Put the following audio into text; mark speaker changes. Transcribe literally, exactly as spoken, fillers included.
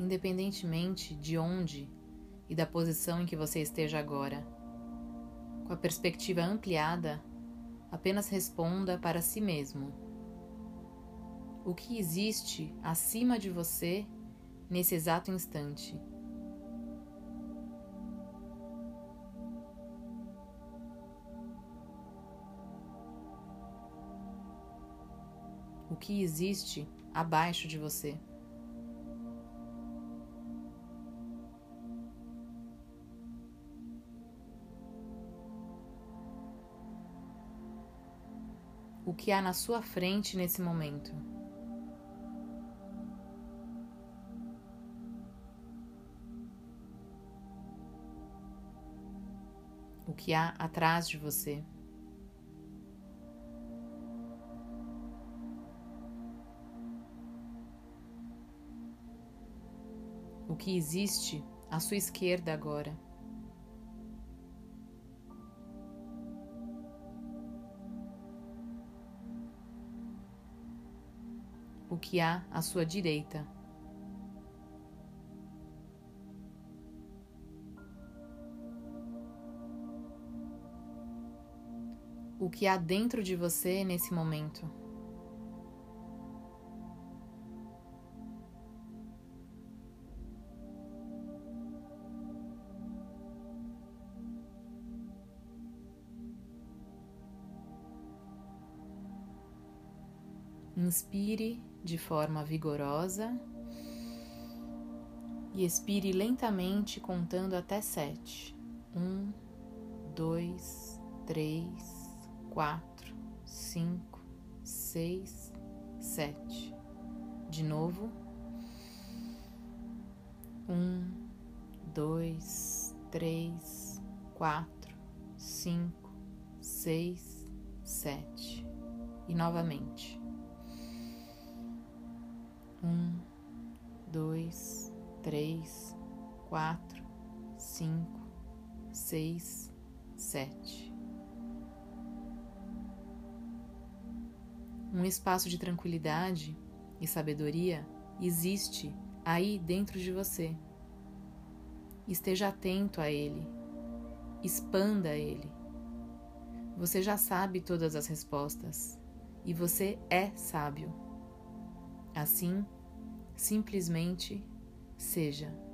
Speaker 1: independentemente de onde e da posição em que você esteja agora. Com a perspectiva ampliada, apenas responda para si mesmo: o que existe acima de você nesse exato instante? O que existe abaixo de você? O que há na sua frente nesse momento? O que há atrás de você? O que existe à sua esquerda agora? O que há à sua direita? O que há dentro de você nesse momento? Inspire de forma vigorosa e expire lentamente, contando até sete. Um, dois, três, quatro, cinco, seis, sete. De novo. Um, dois, três, quatro, cinco, seis, sete. E novamente. Um, dois, três, quatro, cinco, seis, sete. Um espaço de tranquilidade e sabedoria existe aí dentro de você. Esteja atento a ele, expanda ele. Você já sabe todas as respostas e você é sábio. Assim, simplesmente seja.